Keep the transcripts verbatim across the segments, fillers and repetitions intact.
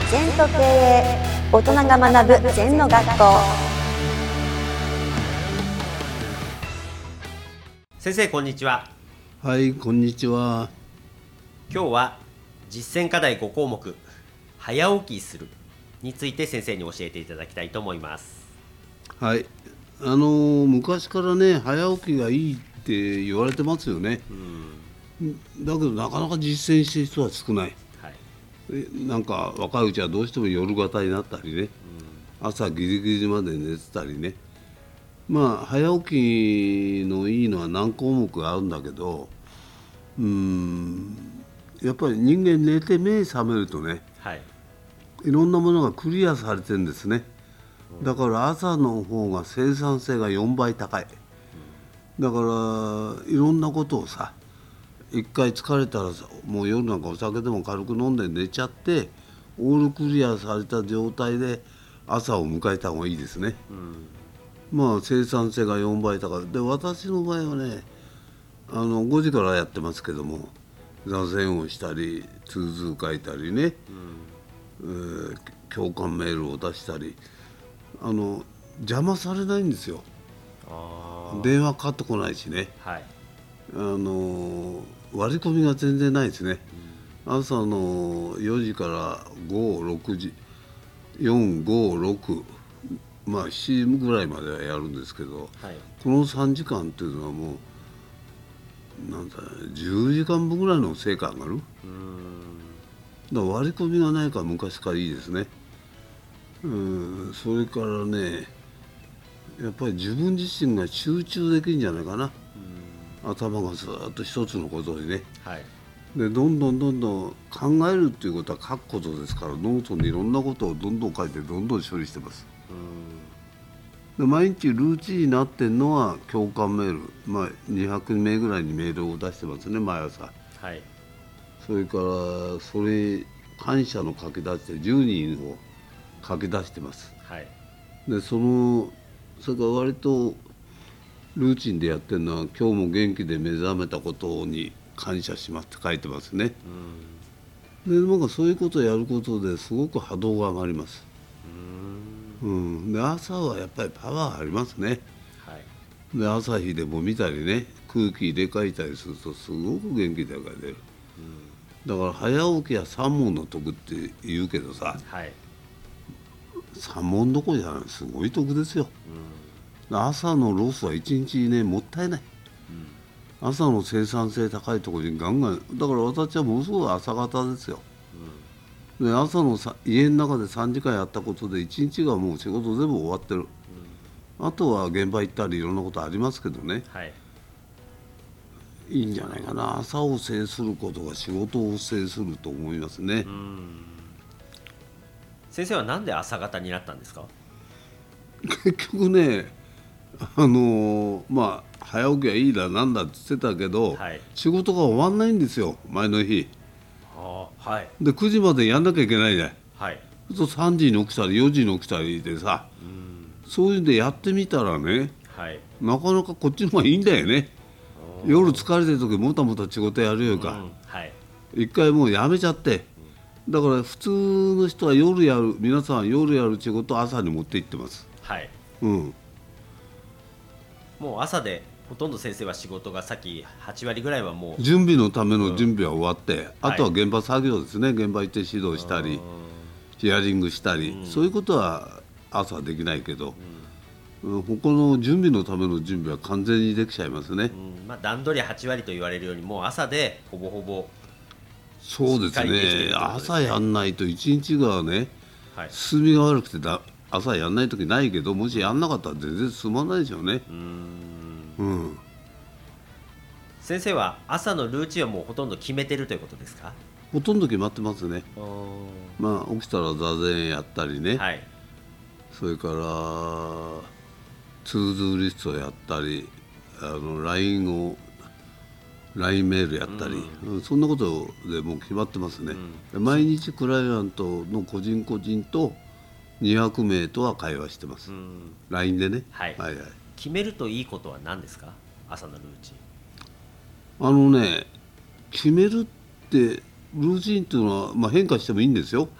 禅と経営、大人が学ぶ禅の学校。 先生、こんにちは。 はい、こんにちは。 今日は実践課題ご項目、早起きするについて先生に教えていただきたいと思います。 はい、あのー昔からね、早起きがいいって言われてますよね。 うんだけどなかなか実践してる人は少ない。 はい、 えなんか若いうちはどうしても夜型になったりね、朝ギリギリまで寝てたりね。まあ早起きのいいのは何項目かあるんだけど、うーんやっぱり人間寝て目覚めるとね、 はい、 いろんなものがクリアされてるんですね。だから朝の方が生産性がよんばい高い。だからいろんなことをさ、一回疲れたらさ、もう夜なんかお酒でも軽く飲んで寝ちゃって、オールクリアされた状態で朝を迎えた方がいいですね。 うんまあ生産性がよんばい高い。で、私の場合はね、あのごじからやってますけども、座禅をしたり通図書いたりね、えー共感メールを出したり、あの邪魔されないんですよ。 あー電話かかってこないしね、 はいあの割り込みが全然ないですね。朝のよじからご、ろくじ、よん、ご、ろく、まあしちじぐらいまではやるんですけど、 はいこのさんじかんっていうのはもうなんだじゅうじかんぶんぐらいの成果上がる。 うんだから割り込みがないから昔からいいですね。うんそれからね、やっぱり自分自身が集中できるんじゃないかな。頭がずっと一つのことにね。 はいでどんどんどんどん考えるっていうことは書くことですから、ノートにいろんなことをどんどん書いてどんどん処理してます。 うんで毎日ルーチンになってるのは共感メール、まあ、にひゃくめいぐらいにメールを出してますね、毎朝。 はいそれからそれ感謝の書き出してじゅうにんを書き出してます。 はいでそのそれから割とルーチンでやってるのは、今日も元気で目覚めたことに感謝しますって書いてますね。でなんかそういうことをやることですごく波動が上がります。 うんうん、で朝はやっぱりパワーありますね。 はいで朝日でも見たりね、空気入れ替えたりするとすごく元気が出る。だから早起きは三問の得って言うけどさ、 はい三問どころじゃない、すごい得ですよ。朝のロスは一日ねもったいない。朝の生産性高いところにガンガン、だから私はものすごい朝方ですよ。で朝のさ家の中でさんじかんやったことでいちにちがもう仕事全部終わってる。あとは現場行ったりいろんなことありますけどね、 はいいいんじゃないかな。朝を制することが仕事を制すると思いますね。 うん先生はなんで朝方になったんですか？ 結局ね、あのーまあ早起きはいいだなんだって言ってたけど、 はい仕事が終わんないんですよ、前の日あーはいでくじまでやんなきゃいけないね。 はいそうするとさんじに起きたりよじに起きたりでさ、そういうんでやってみたらね、 はいなかなかこっちの方がいいんだよね。夜疲れてる時もたもた仕事やるよりか、 うんはい一回もうやめちゃって、だから普通の人は夜やる、皆さん夜やる仕事を朝に持って行ってます。 はいうん、 もう朝でほとんど先生は仕事がさっきはちわりぐらいはもう準備のための準備は終わって、あとは現場作業ですね。現場行って指導したりヒアリングしたり、そういうことは朝はできないけど、うん他の準備のための準備は完全にできちゃいますね。 うんまあ、段取りはちわりと言われるようにもう朝でほぼほぼそうですしっかりできてるっね。 てことですね朝やんないと一日がねはい進みが悪くてだ朝やんない時ないけど、もしやんなかったら全然進まないでしょうね。 うーんうん先生は朝のルーチンはもうほとんど決めてるということですか？ ほとんど決まってますね。 うまあ起きたら座禅やったりね、 はいそれからツードゥーリストやったり、あの ライン を ライン メールやったり、うんそんなことでもう決まってますね。で毎日クライアントの個人個人とにひゃくめいとは会話してます、 うんライン でね、 はいはいはい。 決めるといいことは何ですか？朝のルーチンあのね、決めるってルーチンっていうのは、まあ、変化してもいいんですよ。 はい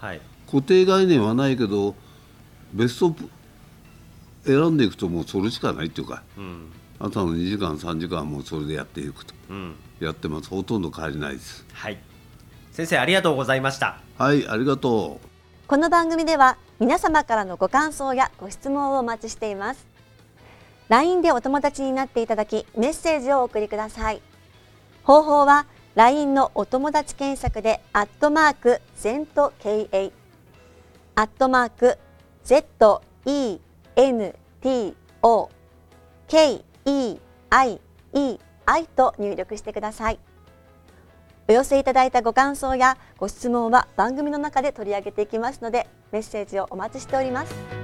固定概念はないけどベスト選んでいくともうそれしかないっていうか、うん、朝のにじかんさんじかんもそれでやっていくと、うん、やってます。ほとんど変わりないです。 はい、先生ありがとうございました。 はい、ありがとう。 この番組では皆様からのご感想やご質問をお待ちしています。 ライン でお友達になっていただきメッセージをお送りください。方法は ライン のお友達検索でアットマーク ゼント ケーエー アットマーク ゼット イー エヌ ティー オー ケー イー アイ イー アイ と入力してください。お寄せいただいたご感想やご質問は番組の中で取り上げていきますのでメッセージをお待ちしております。